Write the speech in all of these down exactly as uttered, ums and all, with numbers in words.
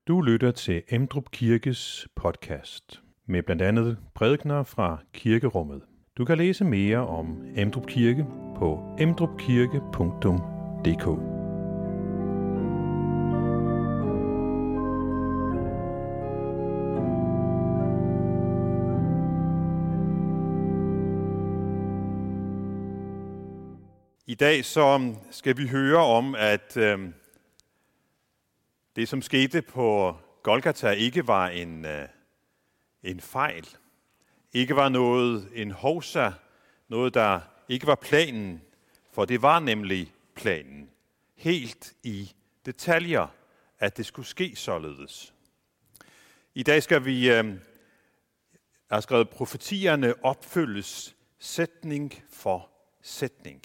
Du lytter til Emdrup Kirkes podcast med blandt andet prædikener fra kirkerummet. Du kan læse mere om Emdrup Kirke på emdrupkirke punktum d k. I dag så skal vi høre om, at øh, det, som skete på Golgata, ikke var en, øh, en fejl. Ikke var noget, en hovsa, noget, der ikke var planen, for det var nemlig planen. Helt i detaljer, at det skulle ske således. I dag skal vi øh, have skrevet profetierne opfyldes sætning for sætning.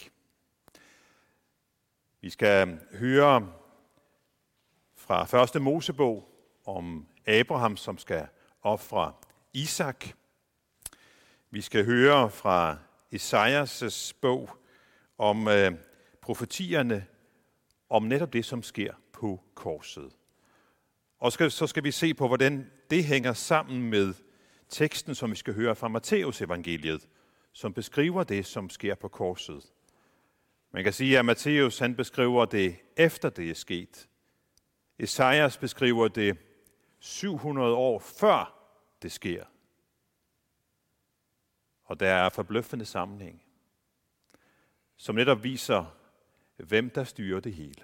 Vi skal høre fra første Mosebog om Abraham, som skal ofre Isak. Vi skal høre fra Esajas bog om øh, profetierne om netop det, som sker på korset. Og skal, så skal vi se på, hvordan det hænger sammen med teksten, som vi skal høre fra Matteus evangeliet, som beskriver det, som sker på korset. Man kan sige, at Matteus han beskriver det efter det er sket. Esajas beskriver det syv hundrede år før det sker. Og der er forbløffende sammenhæng, som netop viser, hvem der styrer det hele.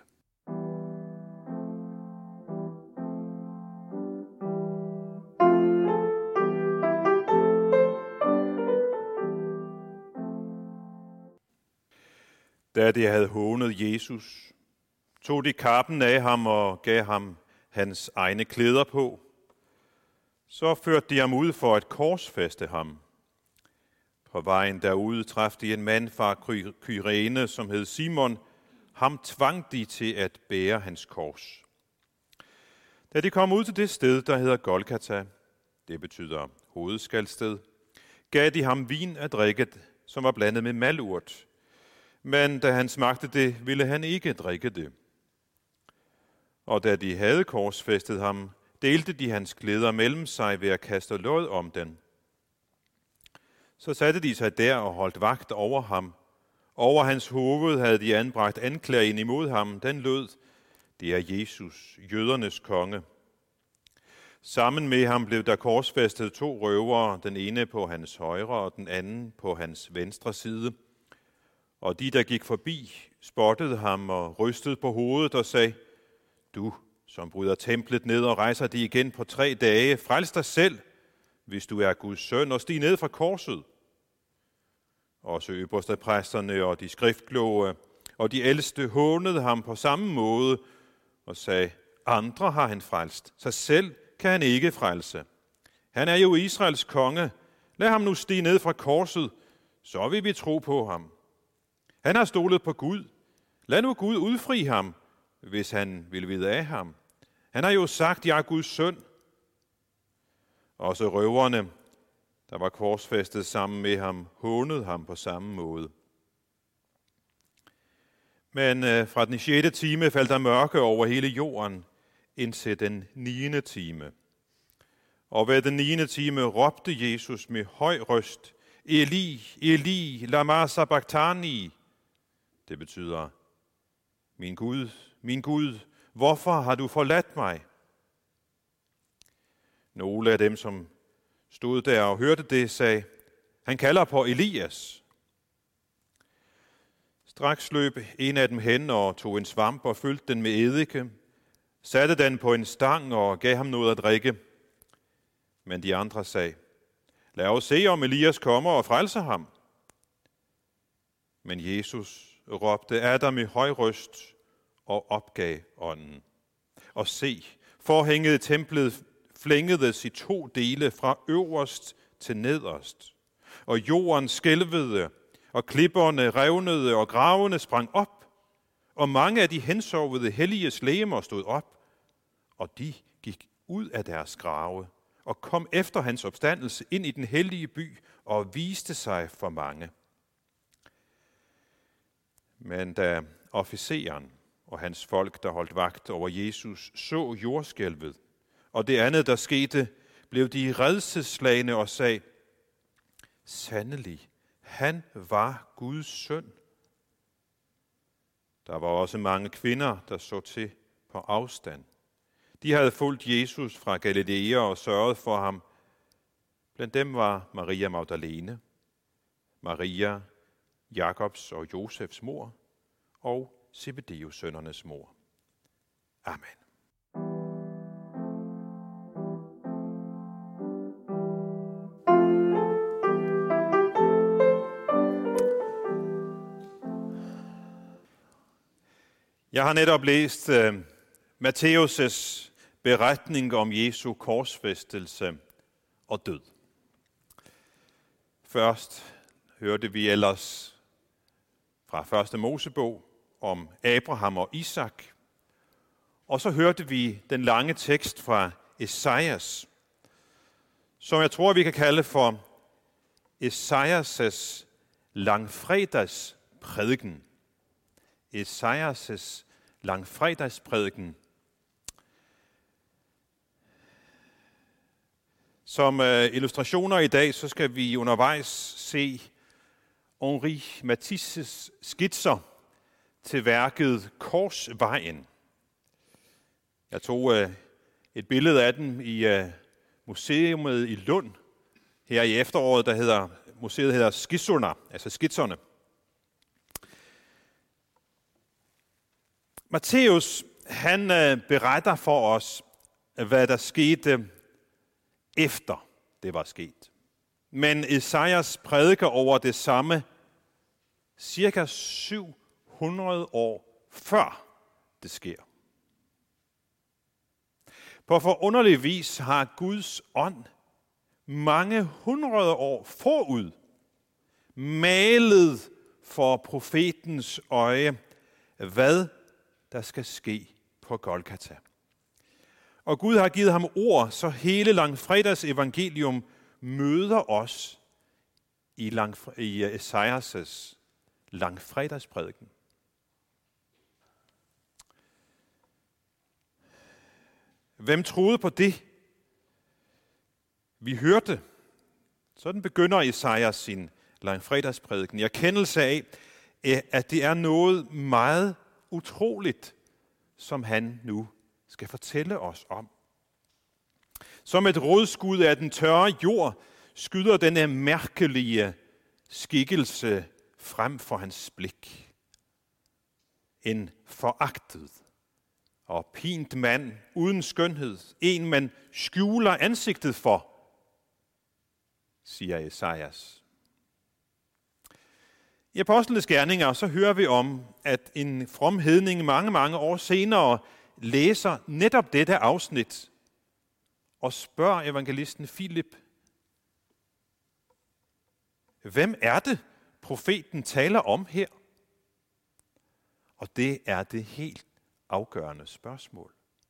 Da de havde hånet Jesus, tog de kappen af ham og gav ham hans egne klæder på. Så førte de ham ud for at korsfæste ham. På vejen derude traf de en mand fra Kyrene, som hed Simon. Ham tvang de til at bære hans kors. Da de kom ud til det sted, der hedder Golgata, det betyder hovedskaldsted, gav de ham vin at drikke, som var blandet med malurt. Men da han smagte det, ville han ikke drikke det. Og da de havde korsfæstet ham, delte de hans klæder mellem sig ved at kaste lod om den. Så satte de sig der og holdt vagt over ham. Over hans hoved havde de anbragt anklagen imod ham. Den lød, det er Jesus, jødernes konge. Sammen med ham blev der korsfæstet to røvere, den ene på hans højre og den anden på hans venstre side. Og de, der gik forbi, spottede ham og rystede på hovedet og sagde, du, som bryder templet ned og rejser det igen på tre dage, frels dig selv, hvis du er Guds søn, og stig ned fra korset. Også øverstepræsterne og de skriftkloge og de ældste hånede ham på samme måde og sagde, andre har han frelst, sig selv kan han ikke frelse. Han er jo Israels konge. Lad ham nu stige ned fra korset, så vil vi tro på ham. Han har stolet på Gud. Lad nu Gud udfri ham, hvis han vil vide af ham. Han har jo sagt, jeg er Guds søn. Også røverne, der var korsfæstet sammen med ham, hånede ham på samme måde. Men øh, fra den sjette time faldt der mørke over hele jorden, indtil den niende time. Og ved den niende time råbte Jesus med høj røst, Eli, Eli, lama sabachthani. Det betyder, min Gud, min Gud, hvorfor har du forladt mig? Nogle af dem, som stod der og hørte det, sagde, han kalder på Elias. Straks løb en af dem hen og tog en svamp og fyldte den med eddike, satte den på en stang og gav ham noget at drikke. Men de andre sagde, lad os se, om Elias kommer og frelser ham. Men Jesus råbte af dem i høj røst og opgav ånden. Og se, forhænget i templet flængedes i to dele fra øverst til nederst. Og jorden skælvede, og klipperne revnede, og gravene sprang op. Og mange af de hensovede helliges legemer stod op, og de gik ud af deres grave og kom efter hans opstandelse ind i den hellige by og viste sig for mange. Men da officeren og hans folk, der holdt vagt over Jesus, så jordskælvet, og det andet, der skete, blev de rædselsslagne og sagde, sandelig, han var Guds søn. Der var også mange kvinder, der så til på afstand. De havde fulgt Jesus fra Galilea og sørget for ham. Blandt dem var Maria Magdalene, Maria, Jakobs og Josefs mor, og Zebedeus sønnernes mor. Amen. Jeg har netop læst uh, Matthæus' beretning om Jesu korsfæstelse og død. Først hørte vi ellers fra første Mosebog om Abraham og Isak, og så hørte vi den lange tekst fra Esajas, som jeg tror, vi kan kalde for Esajas' langfredagsprædiken. Esajas' langfredagsprædiken. Som illustrationer i dag, så skal vi undervejs se Henri Matisses skitser til værket Korsvejen. Jeg tog et billede af den i museet i Lund her i efteråret, der hedder, museet hedder Skitsorna, altså skitserne. Matthæus, han beretter for os, hvad der skete efter det var sket. Men Esajas prædiker over det samme cirka syv hundrede år før det sker. På forunderlig vis har Guds ånd mange hundrede år forud malet for profetens øje, hvad der skal ske på Golgata. Og Gud har givet ham ord, så hele langfredags evangelium møder os i, langfre- i Esajas' langfredagsprædiken. Hvem troede på det? Vi hørte. Sådan begynder Esajas sin langfredagsprædiken i erkendelse af, at det er noget meget utroligt, som han nu skal fortælle os om. Som et rodskud af den tørre jord skyder denne mærkelige skikkelse frem for hans blik. En foragtet og pint mand uden skønhed, en man skjuler ansigtet for, siger Esajas. I Apostlenes Gerninger så hører vi om, at en from hedning mange, mange år senere læser netop dette afsnit og spørger evangelisten Filip, hvem er det, profeten taler om her? Og det er det helt afgørende spørgsmål.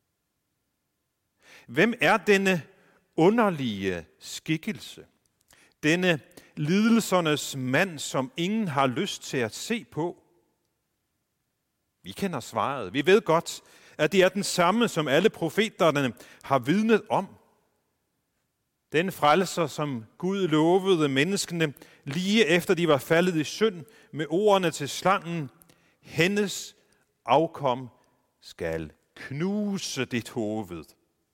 Hvem er denne underlige skikkelse? Denne lidelsernes mand, som ingen har lyst til at se på? Vi kender svaret. Vi ved godt, at det er den samme, som alle profeterne har vidnet om. Den frelser, som Gud lovede menneskene, lige efter de var faldet i synd, med ordene til slangen, hendes afkom skal knuse dit hoved.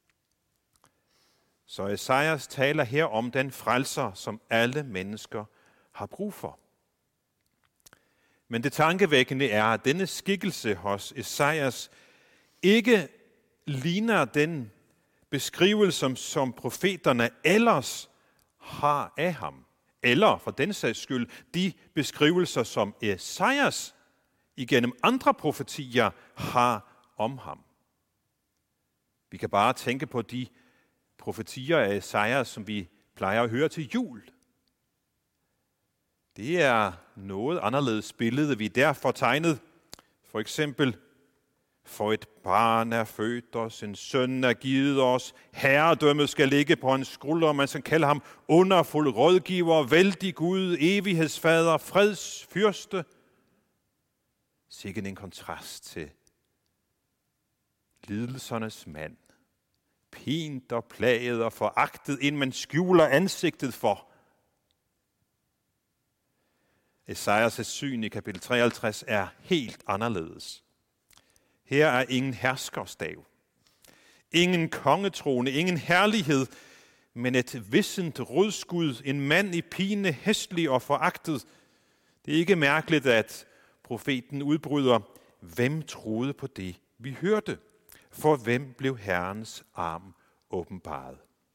Så Esajas taler her om den frelser, som alle mennesker har brug for. Men det tankevækkende er, at denne skikkelse hos Esajas ikke ligner den beskrivelse, som profeterne ellers har af ham. Eller for den sags skyld, de beskrivelser, som Esajas igennem andre profetier har om ham. Vi kan bare tænke på de profetier af Esajas, som vi plejer at høre til jul. Det er noget anderledes billede, vi der får tegnet. For eksempel, for et barn er født os, en søn er givet os, herredømmet skal ligge på hans skulder, man skal kalde ham underfuld rådgiver, vældig Gud, evighedsfader, freds fyrste. Sikken en kontrast til lidelsernes mand, pint og plaget og foragtet, en man skjuler ansigtet for. Esajas syn i kapitel treoghalvtreds er helt anderledes. Her er ingen herskerstav, ingen kongetrone, ingen herlighed, men et vissent rodskud, en mand i pine, hæslig og foragtet. Det er ikke mærkeligt, at profeten udbryder, hvem troede på det, vi hørte? For hvem blev Herrens arm åbenbaret?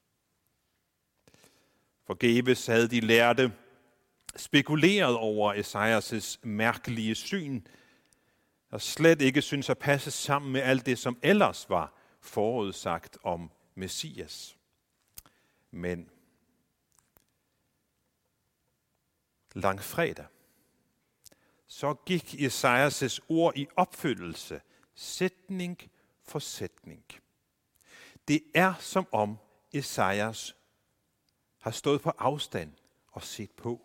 Forgæves havde de lærte spekuleret over Esajas' mærkelige syn, og slet ikke synes at passe sammen med alt det, som ellers var forudsagt om Messias. Men langfredag, så gik Esajas' ord i opfyldelse, sætning for sætning. Det er som om Esajas har stået på afstand og set på.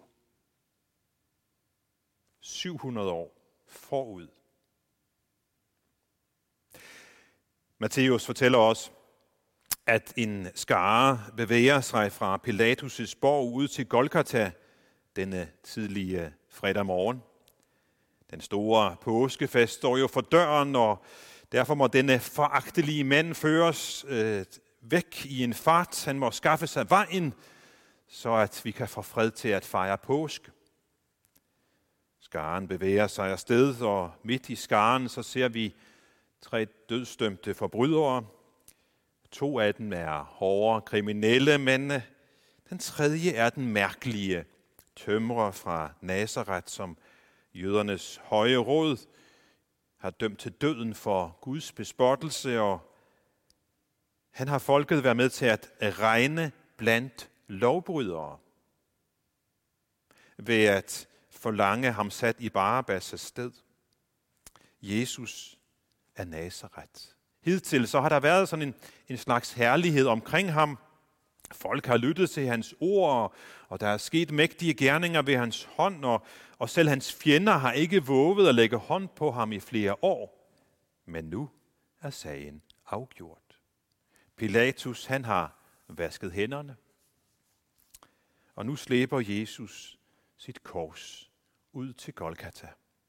syv hundrede år forud. Matthæus fortæller os, at en skare bevæger sig fra Pilatus' borg ud til Golgata denne tidlige fredag morgen. Den store påskefest står jo for døren, og derfor må denne foragtelige mand føres øh, væk i en fart. Han må skaffe sig vejen, så at vi kan få fred til at fejre påske. Skaren bevæger sig afsted, og midt i skaren så ser vi tre dødsdømte forbrydere. To af dem er hårde kriminelle, men den tredje er den mærkelige tømrer fra Nazaret, som jødernes høje råd har dømt til døden for Guds bespottelse, og han har folket været med til at regne blandt lovbrydere ved at forlange ham sat i Barabbas' sted. Jesus af Nazaret. Hidtil så har der været sådan en, en slags herlighed omkring ham. Folk har lyttet til hans ord, og der er sket mægtige gerninger ved hans hånd, og, og selv hans fjender har ikke vovet at lægge hånd på ham i flere år. Men nu er sagen afgjort. Pilatus, han har vasket hænderne, og nu slæber Jesus sit kors ud til Golgata.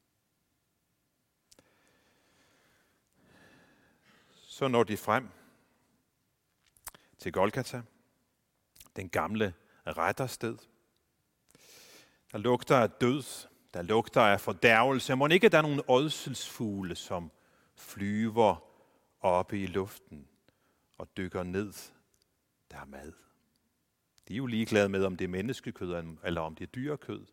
Så når de frem til Golgata, den gamle rettersted. Der lugter af død, der lugter af fordærvelse. Må ikke der er nogle ådselsfugle, som flyver oppe i luften og dykker ned. Der er mad. De er jo ligeglade med, om det er menneskekød eller om det er dyrekød.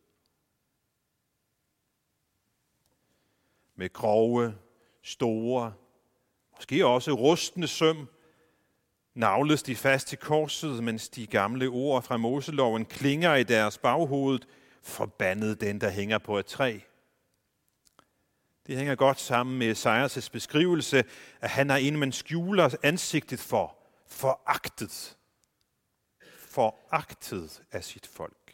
Med grove, store, måske også rustne søm, navles de fast til korset, mens de gamle ord fra Moseloven klinger i deres baghoved. Forbandet den, der hænger på et træ. Det hænger godt sammen med Esajas' beskrivelse, at han er en, man skjuler ansigtet for. Foragtet. Foragtet af sit folk.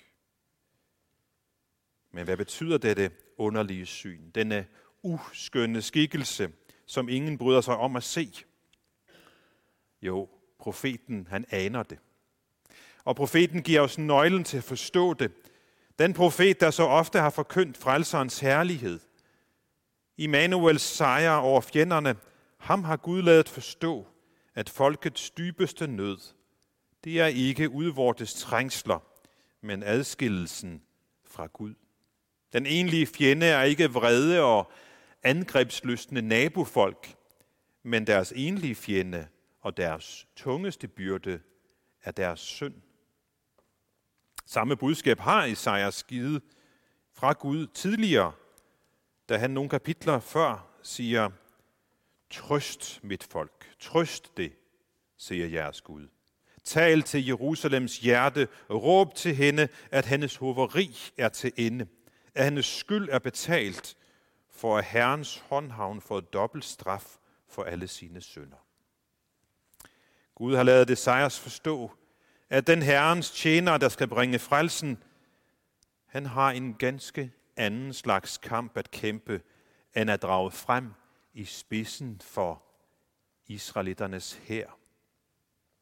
Men hvad betyder dette underlige syn? Denne uskønne skikkelse, som ingen bryder sig om at se? Jo, profeten, han aner det. Og profeten giver os nøglen til at forstå det. Den profet, der så ofte har forkyndt frelserens herlighed. Immanuels sejr over fjenderne, ham har Gud ladet forstå, at folkets dybeste nød, det er ikke udvortes trængsler, men adskillelsen fra Gud. Den egentlige fjende er ikke vrede og angrebslystne nabofolk, men deres egentlige fjende og deres tungeste byrde er deres synd. Samme budskab har Esajas givet fra Gud tidligere, da han nogle kapitler før siger, trøst mit folk, trøst det, siger jeres Gud. Tal til Jerusalems hjerte, råb til hende, at hendes hoveri er til ende, at hendes skyld er betalt, for at Herrens hånd har hun fået dobbelt straf for alle sine synder. Gud har ladet Esajas forstå, at den Herrens tjener, der skal bringe frelsen, han har en ganske anden slags kamp at kæmpe, end at drage frem i spidsen for israeliternes hær.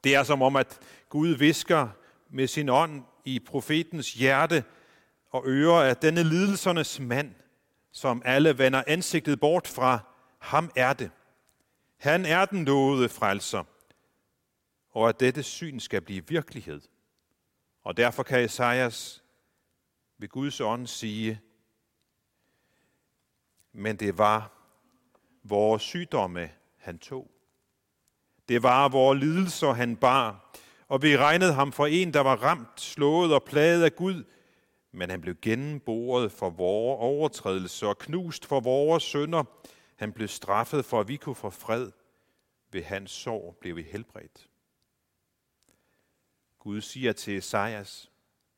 Det er som om, at Gud hvisker med sin ånd i profetens hjerte og øre, at denne lidelsernes mand, som alle vender ansigtet bort fra, ham er det. Han er den lovede frelser, og at dette syn skal blive virkelighed. Og derfor kan Esajas ved Guds ånd sige, men det var vores sygdomme, han tog. Det var vores lidelser, han bar, og vi regnede ham for en, der var ramt, slået og plaget af Gud, men han blev gennemboret for vores overtrædelser og knust for vores synder. Han blev straffet for, at vi kunne få fred. Ved hans sår blev vi helbredt. Gud siger til Esajas,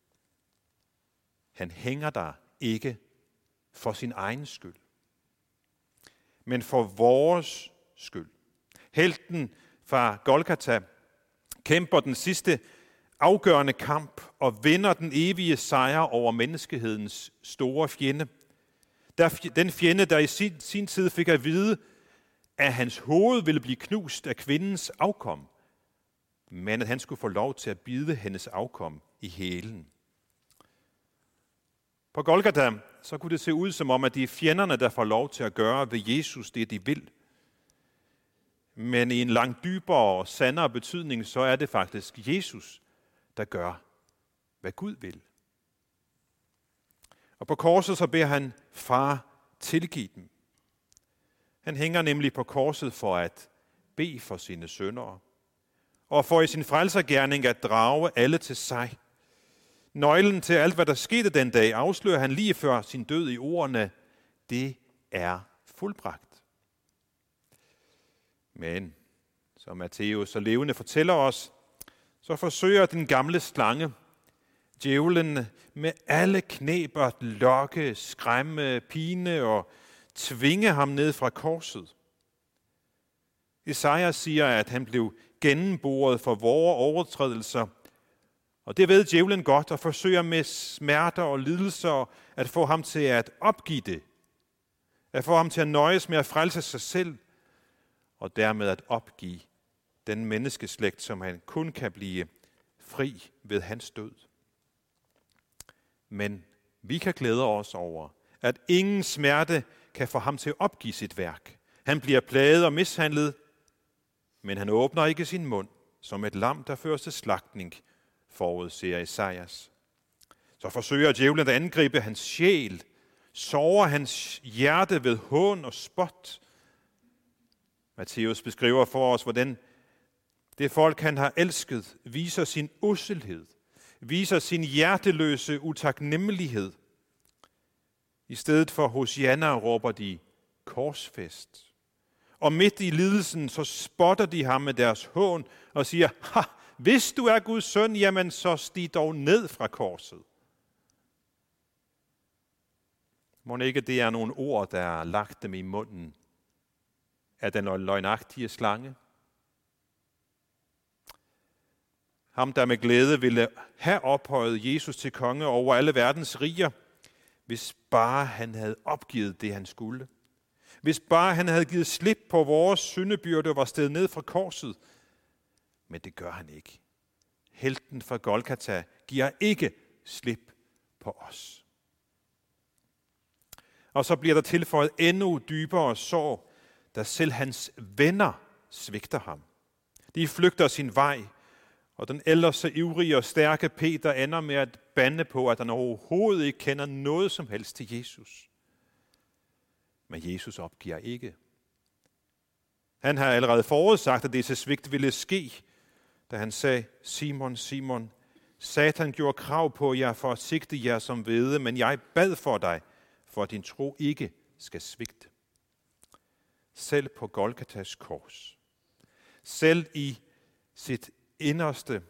han hænger der ikke for sin egen skyld, men for vores skyld. Helten fra Golgata kæmper den sidste afgørende kamp og vinder den evige sejr over menneskehedens store fjende. Den fjende, der i sin, sin tid fik at vide, at hans hoved ville blive knust af kvindens afkom, men at han skulle få lov til at bide hendes afkom i hælen. På Golgata så kunne det se ud som om, at det er fjenderne, der får lov til at gøre ved Jesus det, de vil. Men i en langt dybere og sandere betydning, så er det faktisk Jesus, der gør, hvad Gud vil. Og på korset så beder han, far, tilgiv dem. Han hænger nemlig på korset for at bede for sine syndere, og for i sin frelsergerning at drage alle til sig. Nøglen til alt, hvad der skete den dag, afslører han lige før sin død i ordene, det er fuldbragt. Men, som Matthæus så levende fortæller os, så forsøger den gamle slange, djævlen, med alle kneb at lokke, skræmme, pine og tvinge ham ned fra korset. Esajas siger, at han blev gennemboret for vores overtrædelser, og det ved djævlen godt og forsøger med smerter og lidelser at få ham til at opgive det, at få ham til at nøjes med at frelse sig selv, og dermed at opgive den menneskeslægt, som han kun kan blive fri ved hans død. Men vi kan glæde os over, at ingen smerte kan få ham til at opgive sit værk. Han bliver plaget og mishandlet, men han åbner ikke sin mund, som et lam, der føres til slagtning, forudser Esajas. Så forsøger djævlen at angribe hans sjæl, sårer hans hjerte ved hån og spot. Matthæus beskriver for os, hvordan det folk, han har elsket, viser sin usselhed, viser sin hjerteløse utaknemmelighed. I stedet for Hosianna råber de korsfæst. Og midt i lidelsen, så spotter de ham med deres hån og siger, ha, hvis du er Guds søn, jamen så stig dog ned fra korset. Må ikke det er nogle ord, der er lagt dem i munden af den løgnagtige slange? Ham, der med glæde ville have ophøjet Jesus til konge over alle verdens riger, hvis bare han havde opgivet det, han skulle. Hvis bare han havde givet slip på vores syndebyrde og var steget ned fra korset. Men det gør han ikke. Helten fra Golgata giver ikke slip på os. Og så bliver der tilføjet endnu dybere sår, da selv hans venner svigter ham. De flygter sin vej, og den ellers så ivrige og stærke Peter ender med at bande på, at han overhovedet ikke kender noget som helst til Jesus. Men Jesus opgiver ikke. Han har allerede forudsagt, at disse svigt ville ske, da han sagde, Simon, Simon, Satan gjorde krav på jer for at sigte jer som hvede, men jeg bad for dig, for at din tro ikke skal svigte. Selv på Golgatas kors, selv i sit inderste,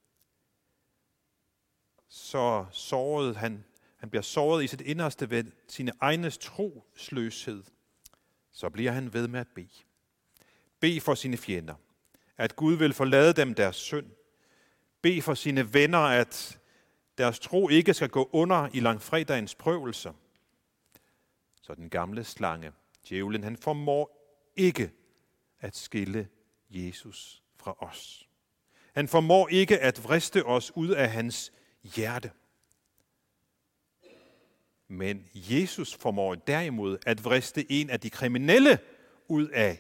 så sårede han, han bliver såret i sit inderste ved sine egnes trosløshed, så bliver han ved med at bede. Bed for sine fjender, at Gud vil forlade dem deres synd. Bed for sine venner, at deres tro ikke skal gå under i langfredagens prøvelser. Så den gamle slange, djævlen, han formår ikke at skille Jesus fra os. Han formår ikke at vriste os ud af hans hjerte. Men Jesus formår derimod at vriste en af de kriminelle ud af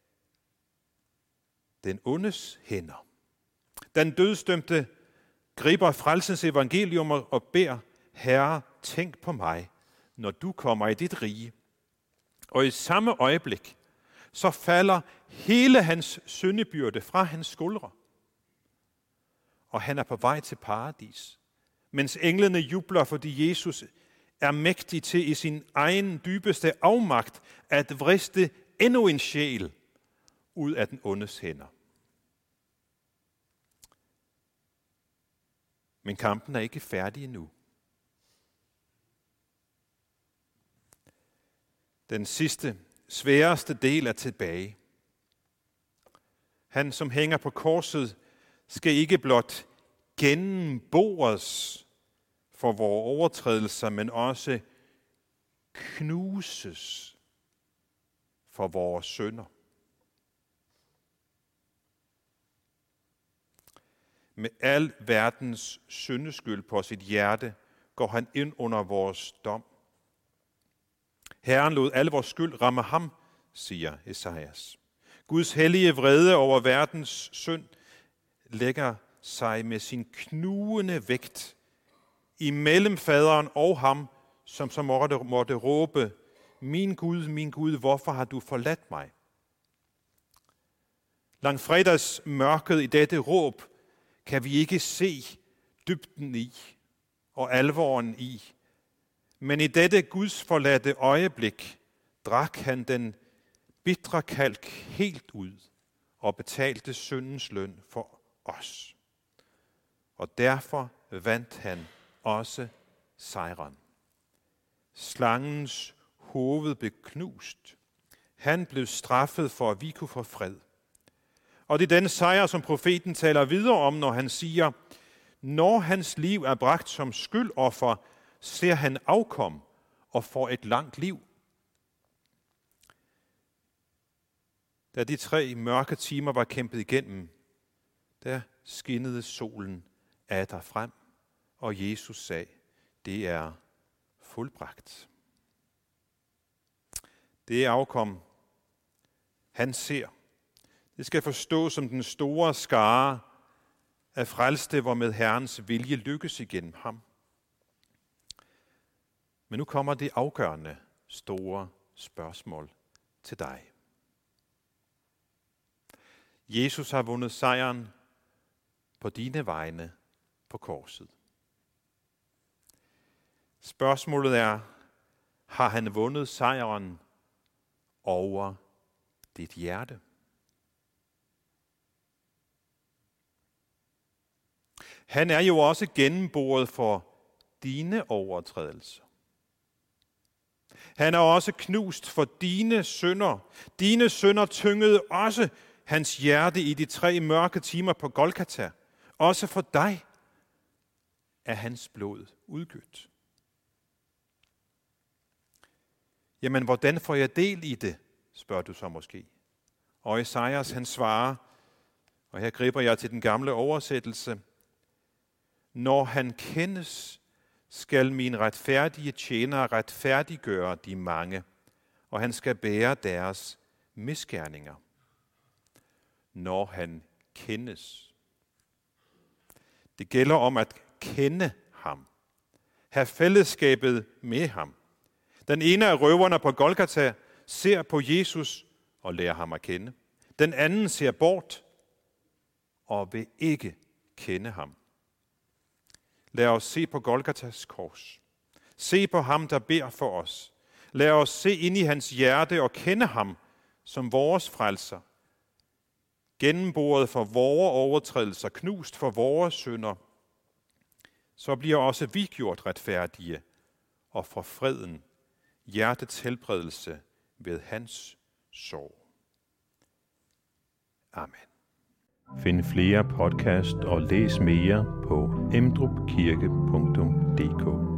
den ondes hænder. Den dødsdømte griber frelsens evangelium og beder, Herre, tænk på mig, når du kommer i dit rige. Og i samme øjeblik, så falder hele hans syndebyrde fra hans skuldre. Og han er på vej til paradis, mens englene jubler, fordi Jesus er mægtig til i sin egen dybeste afmagt at vriste endnu en sjæl ud af den ondes hænder. Men kampen er ikke færdig endnu. Den sidste, sværeste del er tilbage. Han, som hænger på korset, skal ikke blot gennembores for vores overtrædelser, men også knuses for vores synder. Med al verdens syndeskyld på sit hjerte går han ind under vores dom. Herren lod al vores skyld ramme ham, siger Esajas. Guds hellige vrede over verdens synd lægger sig med sin knugende vægt imellem faderen og ham, som så måtte, måtte råbe, min Gud, min Gud, hvorfor har du forladt mig? Langfredags mørket i dette råb kan vi ikke se dybden i og alvoren i. Men i dette Guds forladte øjeblik drak han den bitre kalk helt ud og betalte syndens løn for os. Og derfor vandt han også sejren. Slangens hoved blev knust. Han blev straffet for, at vi kunne få fred. Og det er den sejr, som profeten taler videre om, når han siger, når hans liv er bragt som skyldoffer, ser han afkom og får et langt liv. Da de tre mørke timer var kæmpet igennem, der skinnede solen atter frem, og Jesus sagde, det er fuldbragt. Det er afkom, han ser. Det skal forstås som den store skare af frelste, hvor med Herrens vilje lykkes igennem ham. Men nu kommer det afgørende store spørgsmål til dig. Jesus har vundet sejren på dine vegne på korset. Spørgsmålet er, har han vundet sejren over dit hjerte? Han er jo også gennemboret for dine overtrædelser. Han er også knust for dine synder. Dine synder tyngede også hans hjerte i de tre mørke timer på Golgata. Også for dig er hans blod udgydt. Jamen, hvordan får jeg del i det, spørger du så måske. Og Esajas, han svarer, og her griber jeg til den gamle oversættelse, når han kendes, skal min retfærdige tjener retfærdiggøre de mange, og han skal bære deres misgerninger. Når han kendes. Det gælder om at kende ham. Have fællesskabet med ham. Den ene af røverne på Golgata ser på Jesus og lærer ham at kende. Den anden ser bort og vil ikke kende ham. Lad os se på Golgatas kors. Se på ham, der beder for os. Lad os se ind i hans hjerte og kende ham som vores frelser. Gennemboret for vores overtrædelser, knust for vores synder. Så bliver også vi gjort retfærdige og for freden, hjertets helbredelse ved hans sorg. Amen. Find flere podcast og læs mere på emdrupkirke punktum d k.